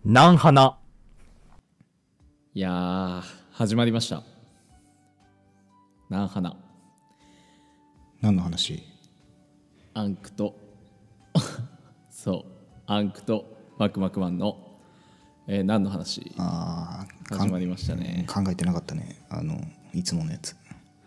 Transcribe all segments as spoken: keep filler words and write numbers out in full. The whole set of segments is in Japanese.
なんはな。 いやー始まりました。なんはな何の話？ アンクとそうアンクとマクマクマンの、えー、何の話ああ、 始まりましたね。 考えてなかったね。あのいつものやつ。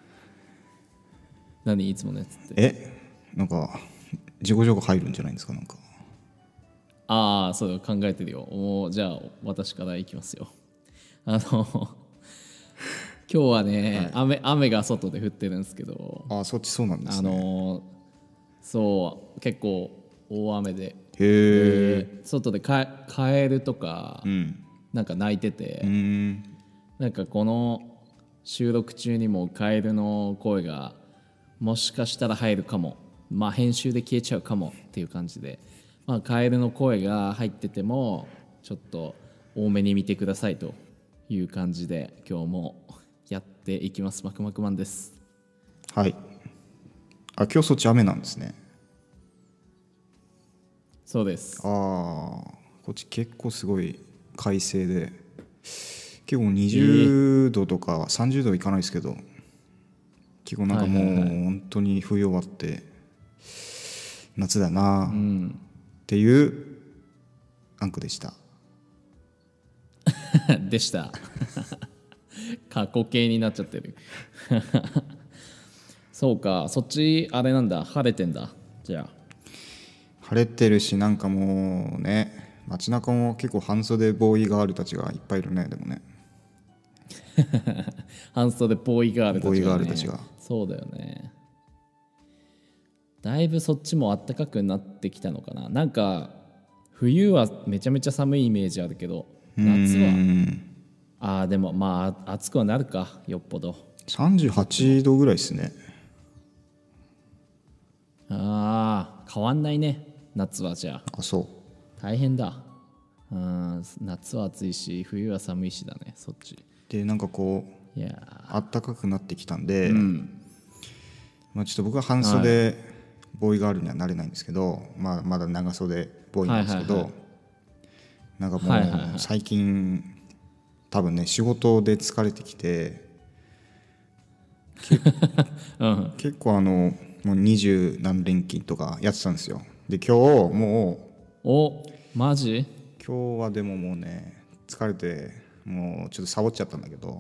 何いつものやつって。 え、なんか自己紹介入るんじゃないんですか？なんか。 ああそうよ、考えてるよ。もうじゃあ私からいきますよ。あの今日はね、はい、雨雨が外で降ってるんですけど、 ああそっちそうなんですね。 あのそう結構大雨で、 へえ。 外でカカエルとか、うん、なんか鳴いてて、うん、なんかこの収録中にもカエルの声がもしかしたら入るかも、まあ編集で消えちゃうかもっていう感じで、まあ、カエルの声が入っててもちょっと多めに見てくださいという感じで今日もやっていきます。マクマクマンです。 はい。あ、今日そっち雨なんですね。 そうです。 ああ、こっち結構すごい快晴で、結構にじゅうどとかさんじゅうどいかないですけど、結構なんかもう本当に冬終わって夏だなっていうアンクでした。 でした過去形になっちゃってるそうか、そっちあれなんだ、晴れてんだ。じゃあ晴れてるし、なんかもうね、街中も結構半袖ボーイガールたちがいっぱいいるね。でもね半袖ボーイガールたちが、ね、 ボーイガールたちがそうだよね。だいぶそっちも暖かくなってきたのかな。なんか冬はめちゃめちゃ寒いイメージあるけど、夏はああでもまあ暑くはなるか、よっぽど。 さんじゅうはちどぐらいですね。 ああ変わんないね、夏は。じゃああ、そう大変だ。うん、夏は暑いし冬は寒いしだね、そっちで。なんかこう、いや暖かくなってきたんで、うん、まあ、ちょっと僕は半袖、はい、ボーイガールにはなれないんですけど、まあ、まだ長袖ボーイなんですけど、はいはいはい、なんかもう最近、はいはいはい、多分ね仕事で疲れてきてうん、結構あのもう二十何連勤とかやってたんですよ。で今日もうおマジ今日はでももうね疲れてもうちょっとサボっちゃったんだけど。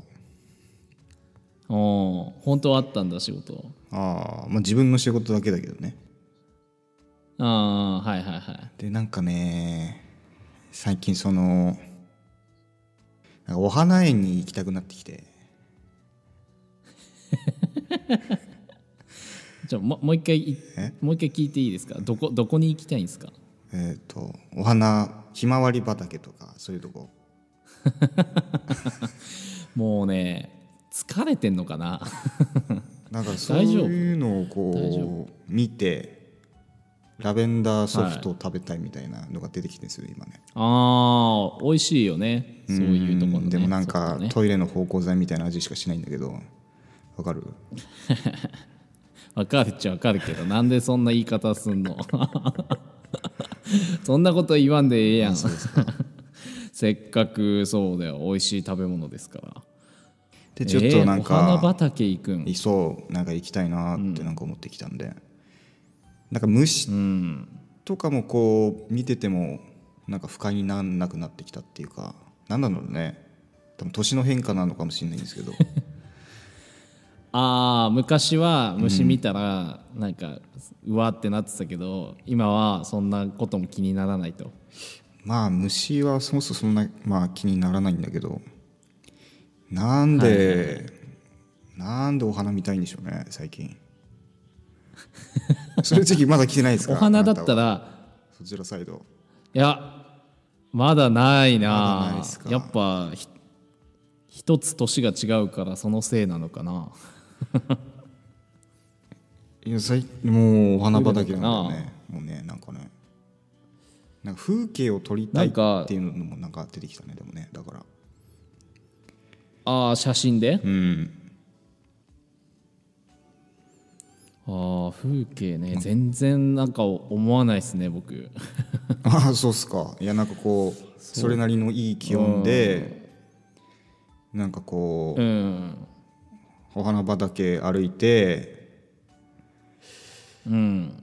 お本当はあったんだ仕事。 ああ、まあ自分の仕事だけだけどね。 ああはいはいはい。 でなんかね最近そのなんかお花園に行きたくなってきてじゃあもう一回もう一回聞いていいですか？どこどこに行きたいんですか？ えっとお花ひまわり畑とかそういうとこもうね疲れてんのかななんかそういうのをこう見てラベンダーソフトを食べたいみたいなのが出てきてるんですよ今ね。 ああ美味しいよね、そういうところの、ね、 でもなんか、ね、トイレの芳香剤みたいな味しかしないんだけど、わかるわかるっちゃわかるけど、なんでそんな言い方すんのそんなこと言わんでええやん。そうですかせっかくそうだよ、美味しい食べ物ですから。 でちょっとなんか、 えー、お花畑行くん？ そうなんか行きたいなってなんか思ってきたんで、うん、なんか虫とかもこう見ててもなんか不快にならなくなってきたっていうか、なんだろうね、多分年の変化なのかもしれないんですけどああ昔は虫見たらなんかうわってなってたけど、今はそんなことも気にならないと。 まあ虫はそもそもそんな、まあ、気にならないんだけど、なんで、はいはいはい、なんでお花見たいんでしょうね最近それ次まだ来てないですか？ お花だったらそちらサイド。 いやまだないな。まだないですか？やっぱ一つ年が違うからそのせいなのかな。 いや最もうお花畑なんだよね。もうねなんかねなんか風景を撮りたいっていうのもなんか出てきたね。でもねだからああ写真で、 うん、 ああ風景ね、全然なんか思わないですね僕。 ああそうっすか。いやなんかこうそれなりのいい気温で、なんかこう、うん、お花畑歩いて、うん、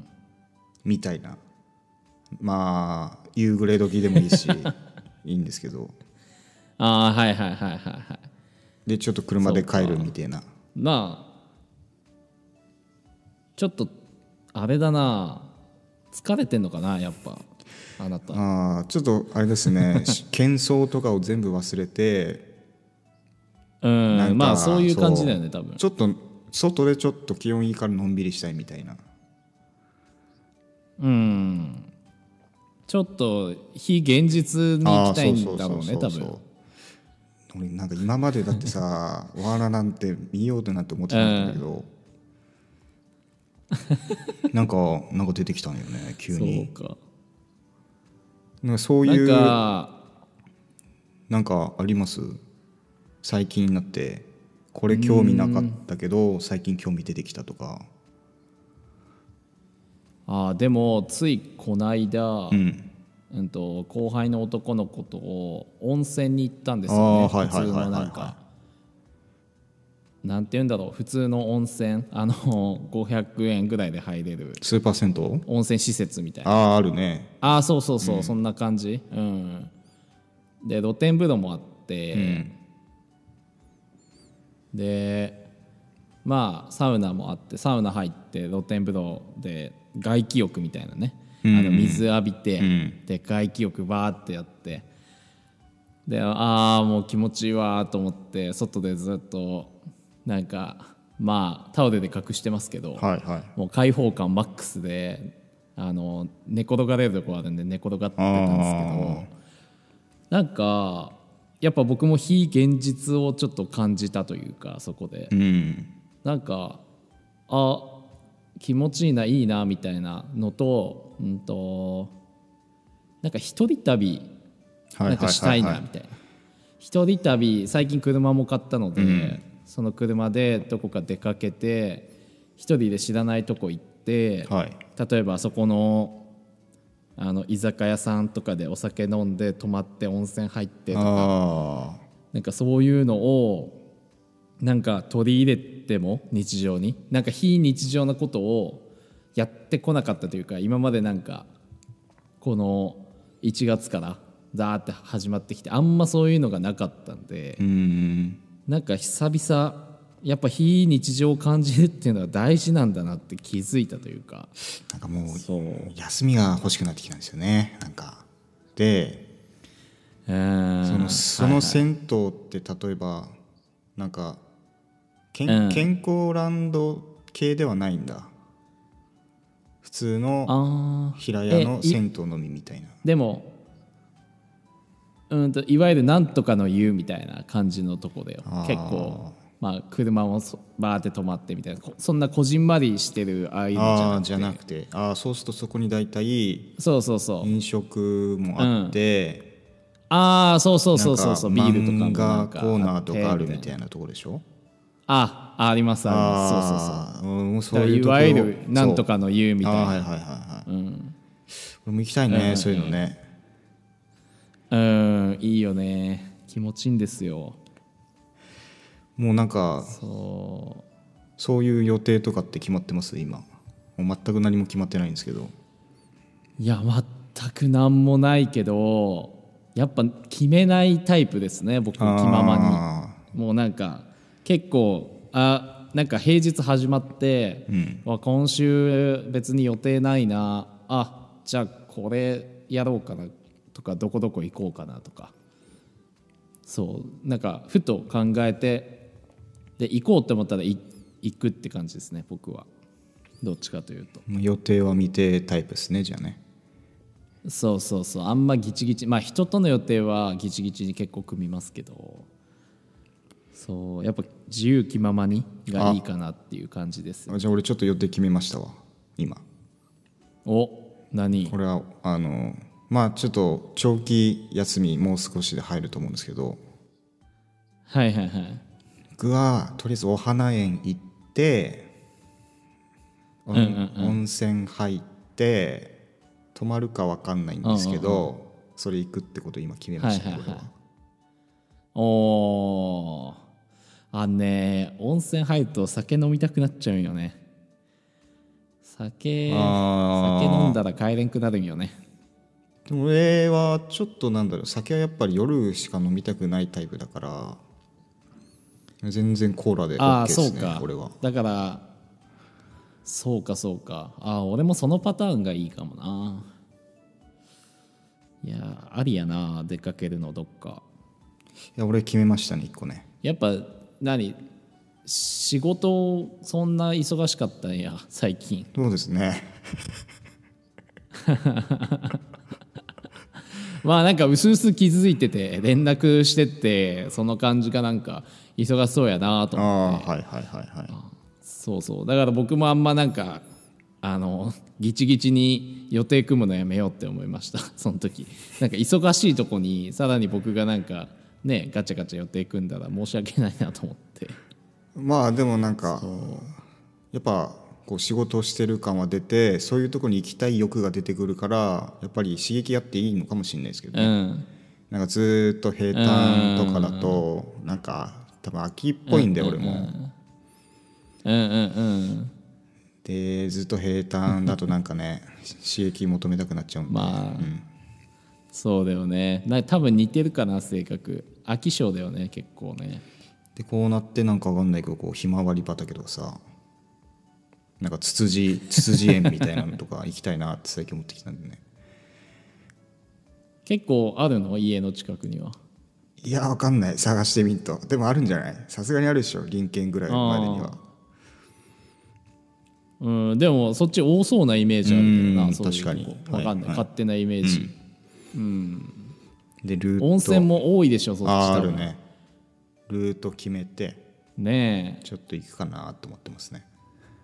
みたいな、まあ夕暮れ時でもいいしいいんですけど、 ああはいはいはいはいはい。 でちょっと車で帰るみたいな。 まあちょっとあれだな、疲れてんのかなやっぱあなた。 ああちょっとあれですね喧騒とかを全部忘れて、 うんなんかまあそういう感じだよね多分。 ちょっと外でちょっと気温いいからのんびりしたいみたいな。 うんちょっと非現実に行きたいんだろうね多分。 俺なんか今までだってさお花なんて見ようとなんて思ってなかったんだけど、うん、なんかなんか出てきたんよね急に。そうか。なんかそういうなんかなんかあります？最近になってこれ興味なかったけど最近興味出てきたとか。 あでもついこの間、うんうん、と後輩の男の子と温泉に行ったんですよね。普通のなんかなんて言うんだろう、普通の温泉、あのごひゃくえんぐらいで入れるスーパー銭湯温泉施設みたいな。 あああるね。 ああそうそうそう、うん、そんな感じ、うん、で露天風呂もあって、うん、でまあサウナもあって、サウナ入って露天風呂で外気浴みたいなね、あの水浴びて、うん、で外気浴バーってやって、でああもう気持ちいいわと思って外でずっとなんかまあタオルで隠してますけど、はいはい、もう開放感マックスであの寝転がれるとこあるんで寝転がってたんですけど、なんかやっぱ僕も非現実をちょっと感じたというか、そこで、うん、なんかあ気持ちいいないいなみたいなのと、うんとなんか一人旅なんかしたいなみたいな、一人旅最近車も買ったので、うん、その車でどこか出かけて一人で知らないとこ行って、はい、例えばそこのあの居酒屋さんとかでお酒飲んで泊まって温泉入ってとか、なんかそういうのをなんか取り入れても日常になんか非日常なことをやってこなかったというか、今までなんかこのいちがつからザーって始まってきてあんまそういうのがなかったんで、うんなんか久々やっぱ非日常を感じるっていうのは大事なんだなって気づいたというか、 なんかもう休みが欲しくなってきたんですよね。なんかで、えー、そのその銭湯って例えばなんか健、うん、健康ランド系ではないんだ。普通の平屋の銭湯のみみたいな。 でもうんといわゆるなんとかの湯みたいな感じのとこだよ。結構まあ車もバーって止まってみたいな、そんなこじんまりしてるああいうのじゃなくて、 じゃなくて、ああそうするとそこに大体そうそうそう飲食もあって、 うん、ああそうそうそうそうそう、ビールとかもなんかコーナーとかあるみたいなところでしょ。 ああありますあります、そうそうそう、そういういわゆるなんとかの湯みたいな、はいはいはいはい、うん、 俺も行きたいね、うん、そういうのね。 うんいいよね、気持ちいいんですよ。 もうなんかそうそういう予定とかって決まってます今？もう全く何も決まってないんですけど。 いや全く何もないけどやっぱ決めないタイプですね僕、気ままに。もうなんか結構あなんか平日始まって、うん、わ今週別に予定ないな、あじゃあこれやろうかなとかどこどこ行こうかなとか、そうなんかふと考えてで行こうって思ったら行くって感じですね僕は。どっちかというと予定は見てタイプですねじゃあね。 そうそうそう、あんまギチギチ、まあ人との予定はギチギチに結構組みますけど、そうやっぱ自由気ままにがいいかなっていう感じです。 あじゃあ俺ちょっと予定決めましたわ今。 お何？ これはあのまあちょっと長期休みもう少しで入ると思うんですけど、 はいはいはい、 僕はとりあえずお花園行ってうんうんうん、温泉入って泊まるか分かんないんですけど、うんうんうん、それ行くってことを今決めましたね、はいはいはい、 おー、あんね、温泉入ると酒飲みたくなっちゃうんよね。酒酒飲んだら帰れんくなるんよね。 でも俺はちょっとなんだろう、酒はやっぱり夜しか飲みたくないタイプだから全然コーラで OK ですね。 あ、 俺はだからそうかそうか、あ、俺もそのパターンがいいかもな。いやありやな、出かけるのどっか。 いや俺決めましたねいっこね。 やっぱ何、仕事そんな忙しかったんや最近。 そうですねまあなんか薄々気づいてて連絡してってその感じがなんか忙しそうやなと思って。 あ、はいはいはいはい。 そうそう、だから僕もあんまなんかあのギチギチに予定組むのやめようって思いましたその時。なんか忙しいとこにさらに僕がなんかねガチャガチャ予定組んだら申し訳ないなと思って。 まあでもなんかやっぱこう仕事をしてる感は出て、そういうところに行きたい欲が出てくるからやっぱり刺激あっていいのかもしれないですけどね、うん、なんかずっと平坦とかだとなんか多分秋っぽいんで、俺もうんうんうんでずっと平坦だとなんかね刺激求めたくなっちゃうんで、 まあ、 うん、 そうだよね。な多分似てるかな性格。飽き性だよね結構ね。 でこうなってなんか分かんないけどこうひまわり畑とかさ、なんかツツジツツジ園みたいなのとか行きたいなって最近思ってきたんでね。 結構あるの家の近くには。 いや分かんない、探してみんと。でもあるんじゃない、さすがにあるでしょ隣県ぐらいまでには。 うん、でもそっち多そうなイメージあるけどな。そういう確かに分かんない、はいはい、勝手なイメージ、うんうん、 でルート温泉も多いでしょそっち。 ああるね。ルート決めてねえちょっと行くかなと思ってますね。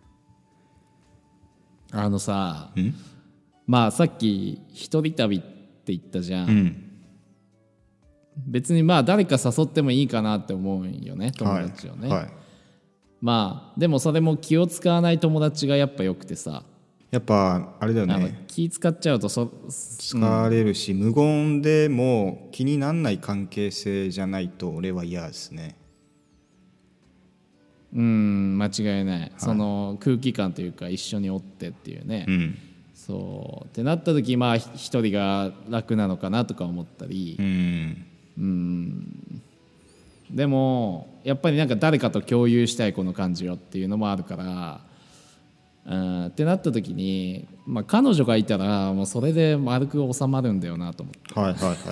あのさ、まあさっき一人旅って言ったじゃん、うん、別にまあ誰か誘ってもいいかなって思うんよね友達をね、はいはい、まあでもそれも気を使わない友達がやっぱよくてさ、 やっぱあれだよね、 気使っちゃうとそ疲れるし、うん、無言でも気にならない関係性じゃないと俺は嫌ですね。 うん、間違いない、はい、その空気感というか一緒におってっていうね、うん、そうってなった時まあ一人が楽なのかなとか思ったり、うん、うんでもやっぱりなんか誰かと共有したいこの感じよっていうのもあるから、うんってなった時に、まあ、彼女がいたらもうそれで丸く収まるんだよなと思って、 はいはいはい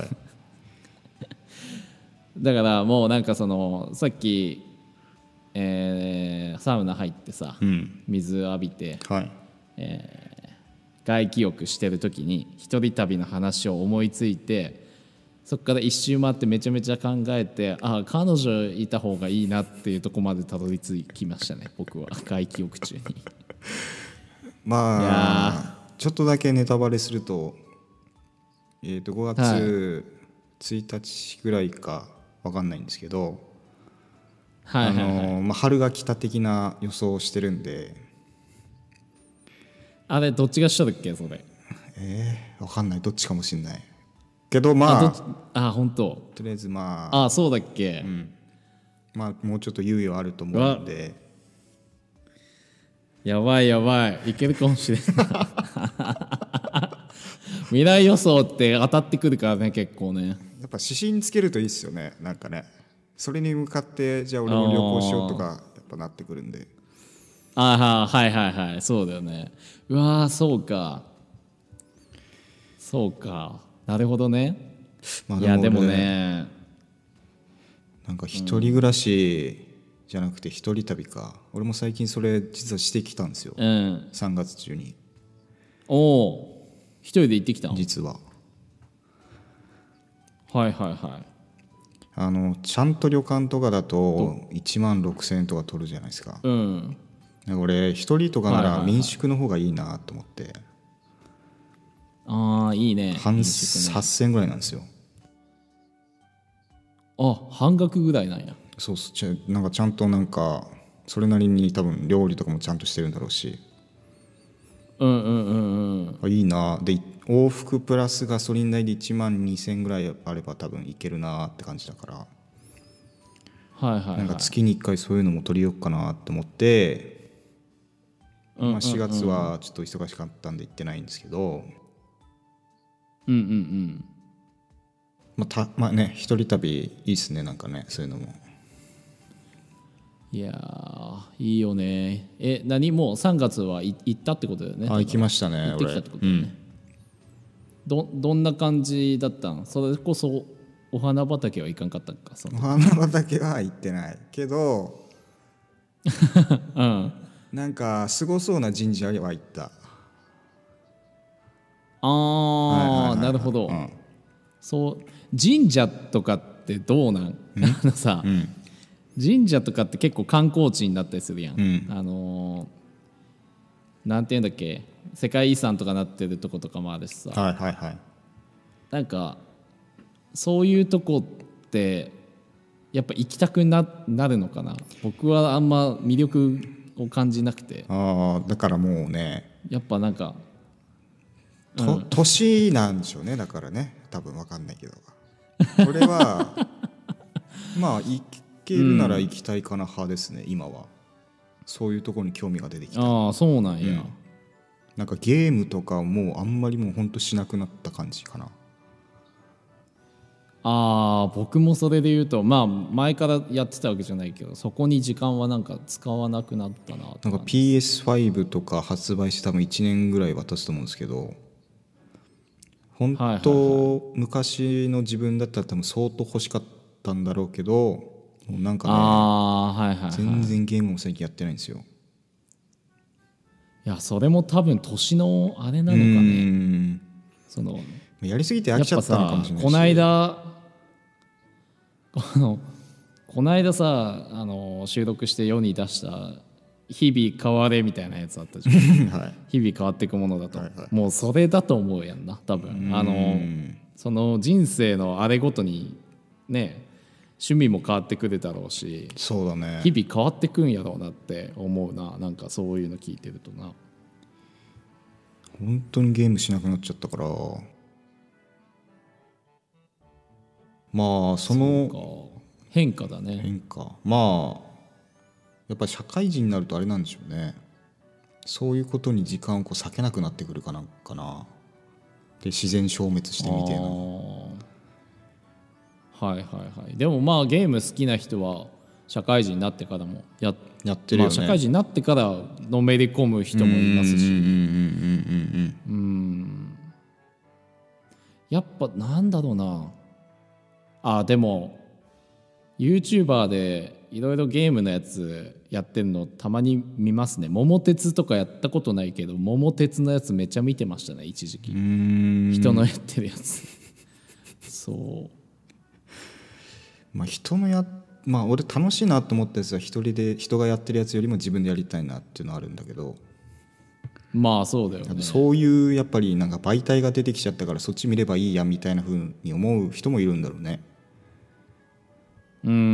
だからもうなんかそのさっきえー、サウナ入ってさ、うん、水浴びて、はいえー、外気浴してる時に一人旅の話を思いついて、そこから一周回ってめちゃめちゃ考えて、あ彼女いた方がいいなっていうとこまでたどり着きましたね僕は外気浴中にまあちょっとだけネタバレすると、えー、とごがつついたちぐらいか分かんないんですけど、はいはいはい、あのまあ、春が来た的な予想をしてるんで。 あれどっちがしただっけそれ。 えー、分かんない、どっちかもしんないけどまああ本当とりあえずまああそうだっけ、うん、 まあもうちょっと猶予あると思うんで。 やばいやばいいけるかもしれない未来予想って当たってくるからね結構ね。 やっぱ指針つけるといいっすよね。なんかねそれに向かってじゃあ俺も旅行しようとかやっぱなってくるんで。 ああはいはいはいそうだよね。うわーそうかそうかなるほどね、まあ、でもいやでもねなんか一人暮らしじゃなくて一人旅か、俺も最近それ実はしてきたんですよ、うん、さんがつ中に。 おお一人で行ってきたの実は。 はいはいはい。 あのちゃんと旅館とかだといちまんろくせんえんとか取るじゃないですか、うん、俺一人とかなら民宿の方がいいなと思って、はいはいはい、 ああいいね。 半はっせんえんぐらいなんですよ。 あ半額ぐらいなんや。 そうそうなんかちゃんとなんかそれなりに多分料理とかもちゃんとしてるんだろうし、 うんうんうんうん。 いいな。で往復プラスガソリン代でいちまんにせんぐらいあれば多分いけるなって感じだから、 はいはいはい。 なんか月にいっかいそういうのも取りよっかなって思って、 うんうんうん、 まあ、しがつはちょっと忙しかったんで行ってないんですけど、 うんうんうん。 まあたまあね、一人旅いいっすね、なんかね、そういうのも。 いやーいいよね。え何もうさんがつはい行ったってことだよね。 あ、行きましたね。 行ってきたってことだよね。うんどどんな感じだったん？それこそお花畑は行かんかったんか。そのお花畑は行ってないけど、 うん、 なんかすごそうな神社は行った。 ああ、はいはいはいはい、なるほど、うん、そう神社とかってどうなん？あのさ、うん、神社とかって結構観光地になったりするやん、うん、あのー、なんていうんだっけ、世界遺産とかなってるとことかもあるしさ、 はいはいはい、 なんかそういうとこってやっぱ行きたく な, なるのかな。僕はあんま魅力を感じなくて。 ああ、だからもうね、 やっぱなんか、 うん、年なんでしょうね。だからね、多分分かんないけどこれはまあ行けるなら行きたいかな派ですね、うん、今は。そういうところに興味が出てきた。 ああ、そうなんや、うん、 なんかゲームとかもうあんまりもうほんとしなくなった感じかな。 ああ、僕もそれで言うと、まあ前からやってたわけじゃないけど、そこに時間はなんか使わなくなったな。 なんか ピーエスファイブ とか発売して多分いちねんぐらいは経つと思うんですけど、本当、はいはいはい、昔の自分だったら多分相当欲しかったんだろうけど、もうなんかね、あ、はいはいはい、全然ゲームも最近やってないんですよ。 いや、それも多分年のあれなのかね。そのやりすぎて飽きちゃったのかもしれないし。 この間このこの間さ、あの収録して世に出した日々変われみたいなやつあったじゃん、はい、日々変わっていくものだと、はいはい、もうそれだと思うやんな多分。あのその人生のあれごとにね、趣味も変わってくるだろうし、 そうだね、 日々変わってくんやろうなって思うな。なんかそういうの聞いてるとな、 本当にゲームしなくなっちゃったから、まあそのそうか、変化だね。 変化、まあやっぱり社会人になるとあれなんでしょうね、そういうことに時間をこう割けなくなってくるかなかな。で自然消滅してみてな。 はいはいはい。でもまあゲーム好きな人は社会人になってからも や, やってるよね、 まあ、社会人になってからのめり込む人もいますし、うん、やっぱなんだろうなあ。でも YouTuber でいろいろゲームのやつやってるのたまに見ますね。桃鉄とかやったことないけど、桃鉄のやつめっちゃ見てましたね一時期。人のやってるやつそう、 まあ人のやまあ俺楽しいなと思ったやつは一人で人がやってるやつよりも自分でやりたいなっていうのはあるんだけど、 まあそうだよね。 そういうやっぱりなんか媒体が出てきちゃったからそっち見ればいいやみたいな風に思う人もいるんだろうね。 うんうんうん、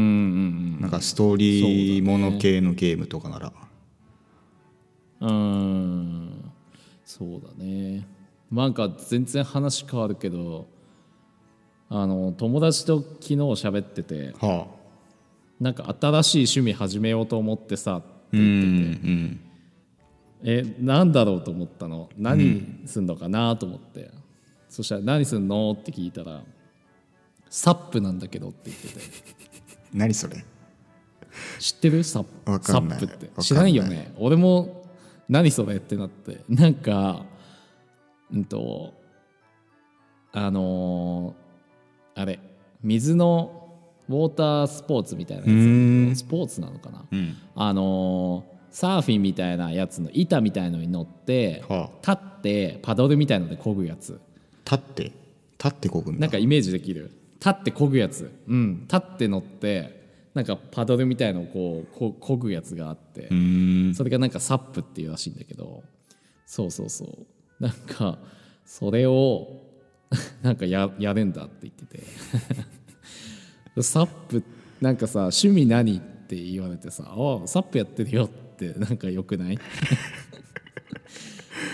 なんかストーリーもの系のゲームとかなら、 う、ね、うんそうだね。なんか全然話変わるけど、あの友達と昨日喋ってて、はあ、なんか新しい趣味始めようと思ってさって言ってて、うんうん、えなんだろうと思ったの。何すんのかなと思って、うん、そしたら何すんのって聞いたらサップなんだけどって言ってて何それ知ってる？サップ、サップって知らないよね。俺も何それってなって、なんかうんとあのー、あれ水のウォータースポーツみたいなやつ、スポーツなのかな、うん、あのー、サーフィンみたいなやつの板みたいのに乗って、はあ、立ってパドルみたいので漕ぐやつ。 立って立って漕ぐんだ。 なんかイメージできる？立って漕ぐやつ、うん、立って乗ってなんかパドルみたいのをこう漕ぐやつがあって、それがなんかサップっていうらしいんだけど、そうそうそう、なんかそれをなんか や, やるんだって言っててサップなんかさ趣味何って言われてさ、あサップやってるよってなんかよくない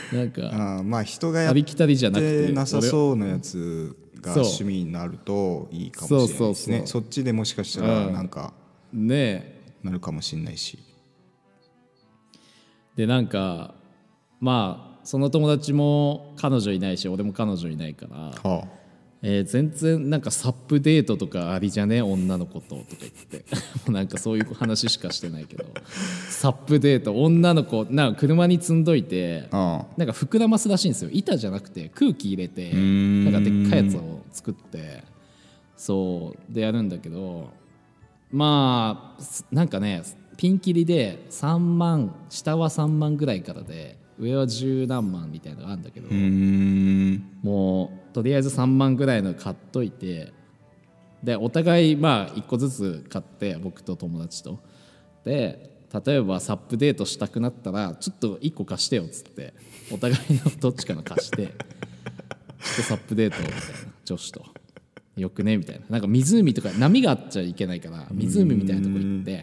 なんかあまあ人がやっありきたりじゃなくててなさそうなやつが趣味になるといいかもしれないですね。 そうそうそうそっちでもしかしたらなんかねえなるかもしれないし、 でなんかまあその友達も彼女いないし俺も彼女いないから、 はあ、 えー全然なんかサップデートとかありじゃね女の子ととか言ってもうなんかそういう話しかしてないけどサップデート女の子なんか車に積んどいてあなんか膨らますらしいんですよ。板じゃなくて空気入れてんなんかでっかいやつを作ってそうでやるんだけどまあなんかねピンキリでさんまん下はさんまんぐらいからで上は十何万みたいなのがあるんだけどうーんもうとりあえずさんまんぐらいの買っといてでお互いまあいっこずつ買って僕と友達とで例えばサップデートしたくなったらちょっといっこ貸してよっつってお互いのどっちかの貸してちょっとサップデートみたいな女子とよくねみたいななんか湖とか波があっちゃいけないから湖みたいなとこ行って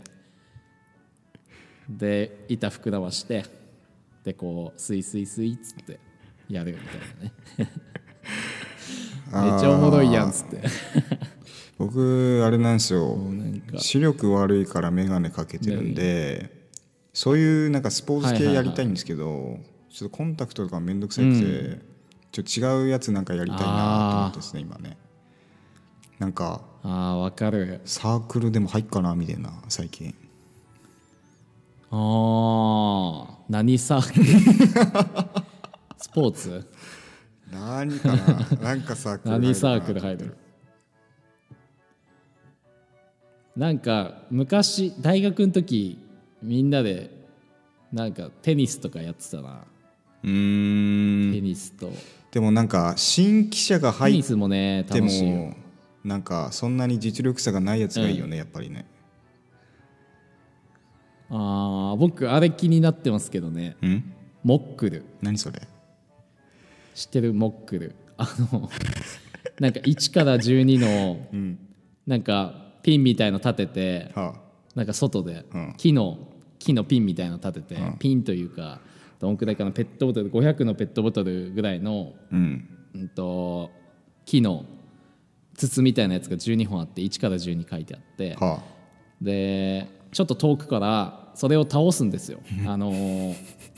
で板膨らましてでこうスイスイスイっつってやるみたいなねめっちゃおもろいやんっつって僕あれなんですよなんか視力悪いから眼鏡かけてるんでそういうなんかスポーツ系やりたいんですけどちょっとコンタクトとかめんどくさくてちょっと違うやつなんかやりたいなと思ってですね今ねなんかあーわかるサークルでも入っかなみたいな最近あー何サークルスポーツ何かななんかサークル入るかな何サークル入るなんか昔大学の時みんなでなんかテニスとかやってたなうーんテニスとでもなんか新規者がテ入っニスもねて楽しいよもなんかそんなに実力差がないやつがいいよね、やっぱりねあー僕あれ気になってますけどねんモックル何それ知ってるモックルあのなんかいちからじゅうにのなんかピンみたいの立ててはなんか外でうん木の木のピンみたいの立ててうんピンというかどんくらいかなペットボトルごひゃくのペットボトルぐらいのあうんうんと木の筒みたいなやつがじゅうにほんあっていちからじゅうに書いてあってはでちょっと遠くからそれを倒すんですよあのー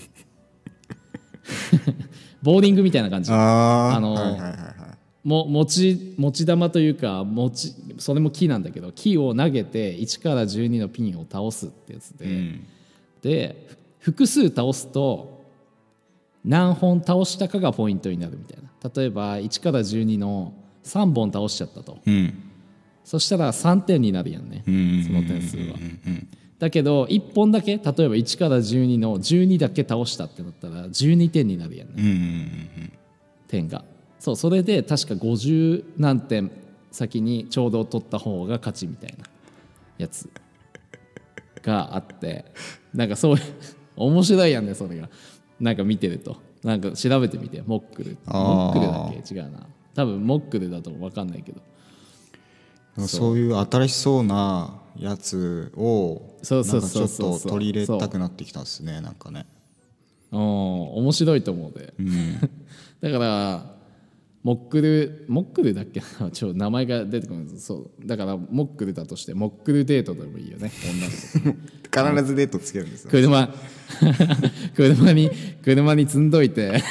ボーリングみたいな感じあああのーはいはいはいはいも持ち持ち玉というか持ちそれも木なんだけど木を投げていちからじゅうにのピンを倒すってやつで、 うんで複数倒すと何本倒したかがポイントになるみたいな例えばいちからじゅうにのさんぼん倒しちゃったとうんそしたらさんてんになるやんねうんその点数はうんうんだけどいっぽんだけ例えばいちからじゅうにのじゅうにだけ倒したってなったらじゅうにてんになるやんねうんうんうん点がそうそれで確かごじゅう何点先にちょうど取った方が勝ちみたいなやつがあってなんかそういう面白いやんねそれがなんか見てるとなんか調べてみてモックルモックルだっけ違うな多分モックルだと分かんないけどうんそういう新しそうなやつをそうそうなんかちょっそうそうと取り入れたくなってきたんですねなんかねうん面白いと思うで、だからモックルモックルだっけなちょ名前が出てこないそうだからモックルだとしてモックルデートでもいいよね女の子必ずデートつけるんですよ車車に車に積んどいて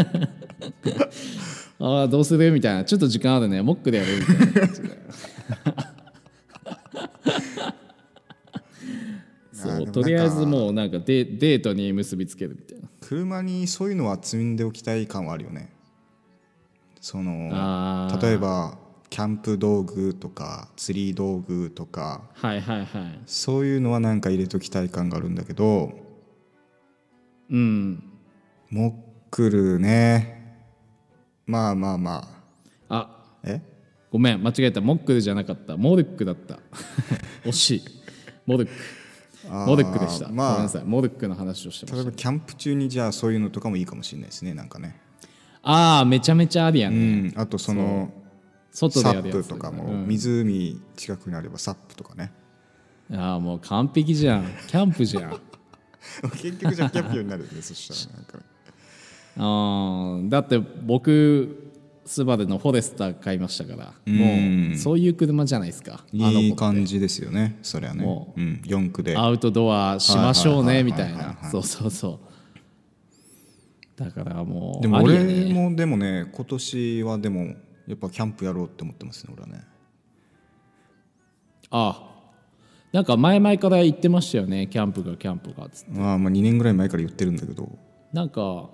ああどうするみたいなちょっと時間あるねモックでやるみたいな感じでそうとりあえずもうなんかデデートに結びつけるみたいな車にそういうのは積んでおきたい感はあるよねそのあー例えばキャンプ道具とか釣り道具とかはいはいはいそういうのはなんか入れときたい感があるんだけどうんモックルねまあまあまああえごめん間違えたモックルじゃなかったモルックだった惜しいモルックあーモルックでした、 まあごめんなさいモルックの話をしてました例えばキャンプ中にじゃあそういうのとかもいいかもしれないですねなんかねああめちゃめちゃありやうね、 んあとその外でサッやるやつプとかもうん湖近くにあればサップとかねああもう完璧じゃんキャンプじゃん結局じゃあキャンプになるよねそしたらなんかあだって僕スバルのフォレスター買いましたから、うん、もうそういう車じゃないですか。 いい感じですよねそりゃね。もう、うん、よん区でアウトドアしましょうねみたいな。そうそうそうだからもうでも俺もでもね今年はでもやっぱキャンプやろうって思ってますね俺はね。 ああなんか前々から言ってましたよねキャンプがキャンプがっつって。 ああまあにねんぐらい前から言ってるんだけどなんか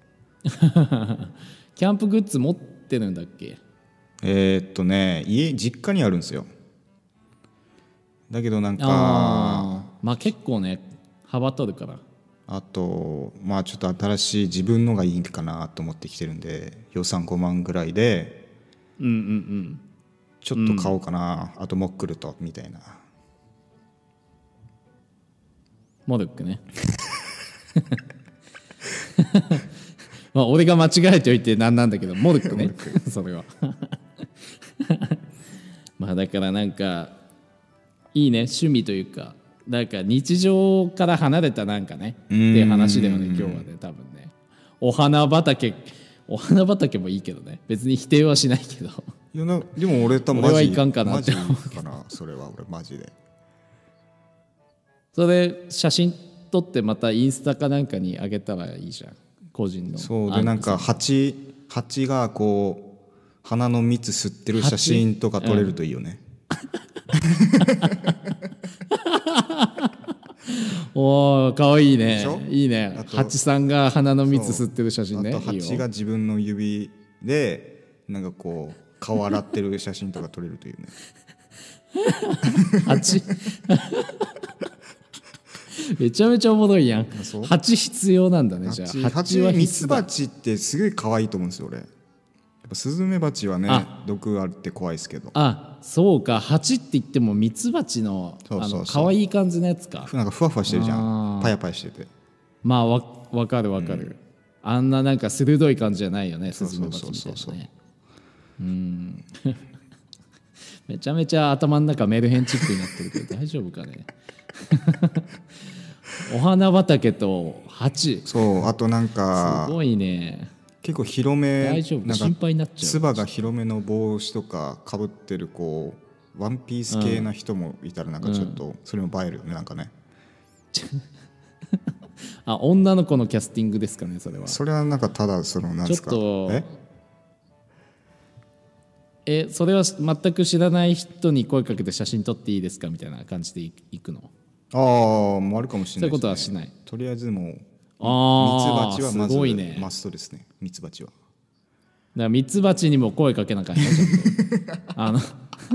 キャンプグッズ持ってるんだっけ。 えー、っとね家実家にあるんですよ。だけどなんかあまあ結構ね幅取るから。 あとまあちょっと新しい自分のがいいかなと思ってきてるんで予算ごまんぐらいでうんうんうんちょっと買おうかな、うん、あとモックルとみたいな。 モルックねまあ俺が間違えておいてなんなんだけどモルックねそれはまあだからなんかいいね趣味というかなんか日常から離れたなんかねっていう話だよね今日はね多分ね。お花畑お花畑もいいけどね別に否定はしないけどいやなでも俺多分マジ俺はいかんかなって思うかなそれは俺マジで。 それ写真撮ってまたインスタかなんかに上げたらいいじゃん個人の。 そうでなんか蜂蜂がこう花の蜜吸ってる写真とか撮れるといいよね、 うん、おーかわいいねいいね。蜂さんが花の蜜吸ってる写真ね。 あと蜂が自分の指でなんかこう顔洗ってる写真とか撮れるといいよね蜂めちゃめちゃおもろいやん。蜂必要なんだね。じゃあ蜂はミツバチってすごい可愛いと思うんですよ俺。やっぱスズメバチはね毒あるって怖いですけど。 あそうか蜂って言ってもミツバチの可愛い感じのやつか。 なんかふわふわしてるじゃんパヤパヤしてて。 まあわわかるわかる、うん、あんななんか鋭い感じじゃないよねスズメバチみたいなね。うんめちゃめちゃ頭の中メルヘンチックになってるけど大丈夫かねお花畑と蜂。 そうあとなんかすごいね結構広め大丈夫心配になっちゃう。 つばが広めの帽子とかかぶってるこうワンピース系な人もいたらなんかちょっとそれも映えるよねなんかねあ女の子のキャスティングですかねそれは。 それはなんかただそのなんですかちょっとええそれは全く知らない人に声かけて写真撮っていいですかみたいな感じでいくの。 ああもうあるかもしれないですね。そういうことはしない。 とりあえずもうミツバチはまずマストですね。ミツバチはだからミツバチにも声かけなかったあの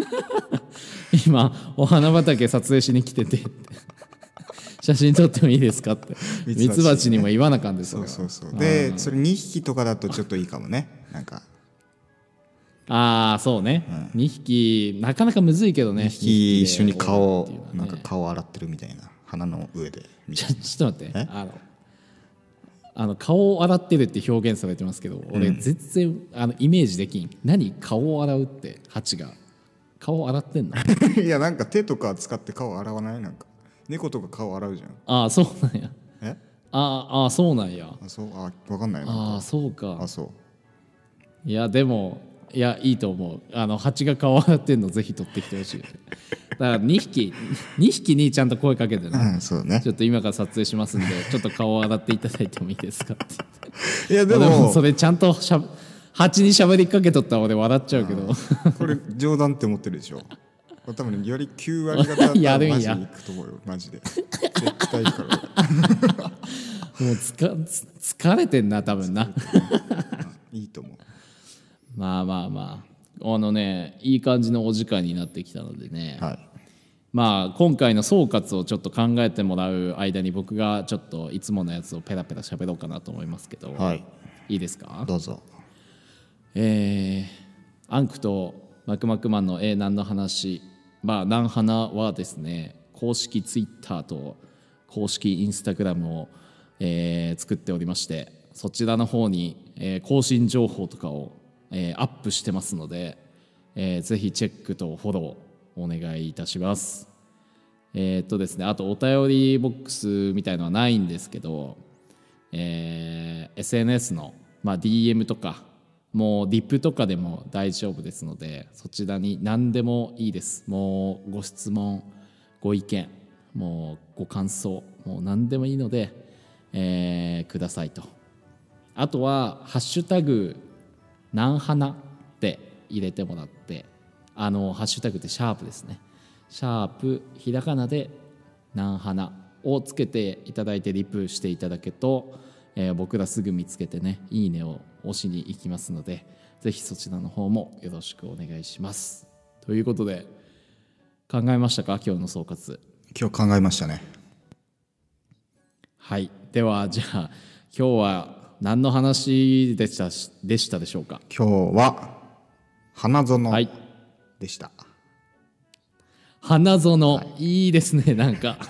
今お花畑撮影しに来てて写真撮ってもいいですかってミツバチにも言わなかんですよ。 そうそうそうでそれにひきとかだとちょっといいかもねなんかああそうね、うん、にひきなかなかむずいけどね。 にひき一緒に顔、ね、なんか顔洗ってるみたいな鼻の上でちょちょっと待ってあのあの顔を洗ってるって表現されてますけど、うん、俺全然あのイメージできん。何顔を洗うって蜂が顔洗ってんのいやなんか手とか使って顔洗わないなんか猫とか顔洗うじゃん。 ああそうなんや。 えああそうなんや。 あそうあ分かんないな。 ああそうか。 あそういやでもいやいいと思う。あの蜂が顔洗ってんのぜひ撮ってきてほしい。だからにひきにひきにちゃんと声かけてね、 うん、そうね。 ちょっと今から撮影しますんでちょっと顔を洗っていただいてもいいですかっていやで も, でもそれちゃんとしゃ蜂に喋りかけとったら俺笑っちゃうけどこれ冗談って思ってるでしょ多分よりきゅうわり方だったらマジにいくと思うよマジで絶対いいからもうつか疲れてんな多分ないいと思う。 まあまあまああのねいい感じのお時間になってきたのでね、 はい、 まあ今回の総括をちょっと考えてもらう間に僕がちょっといつものやつをペラペラ喋ろうかなと思いますけど、 はい、 いいですか。 どうぞ。 えー、アンクとマクマクマンの「えー、何の話」まあ「何花」はですね公式ツイッターと公式インスタグラムを、えー、作っておりましてそちらの方に、えー、更新情報とかをえー、アップしてますので、えー、ぜひチェックとフォローお願いいたします。えー、っとですねあとお便りボックスみたいのはないんですけどえー、エスエヌエス の、まあ、ディーエム とかもうリップとかでも大丈夫ですので、そちらに何でもいいです。もうご質問、ご意見、もうご感想、もう何でもいいので、えー、くださいと。あとはハッシュタグなんはなって入れてもらって、あのハッシュタグってシャープですね、シャープひらがなでなんはなをつけていただいてリプしていただけると、えー、僕らすぐ見つけてね、いいねを押しに行きますので、ぜひそちらの方もよろしくお願いします。ということで、考えましたか、今日の総括。 今日考えましたね。 はい、ではじゃあ今日は何の話でしたでしたでしょうか。 今日は花園でした、はい、 花園、はい、いいですね。なんか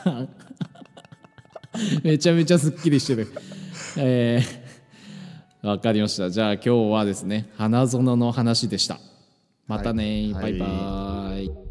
めちゃめちゃすっきりしてる。えー、わかりました。じゃあ今日はですね、花園の話でした。またね、はい、バイバイ。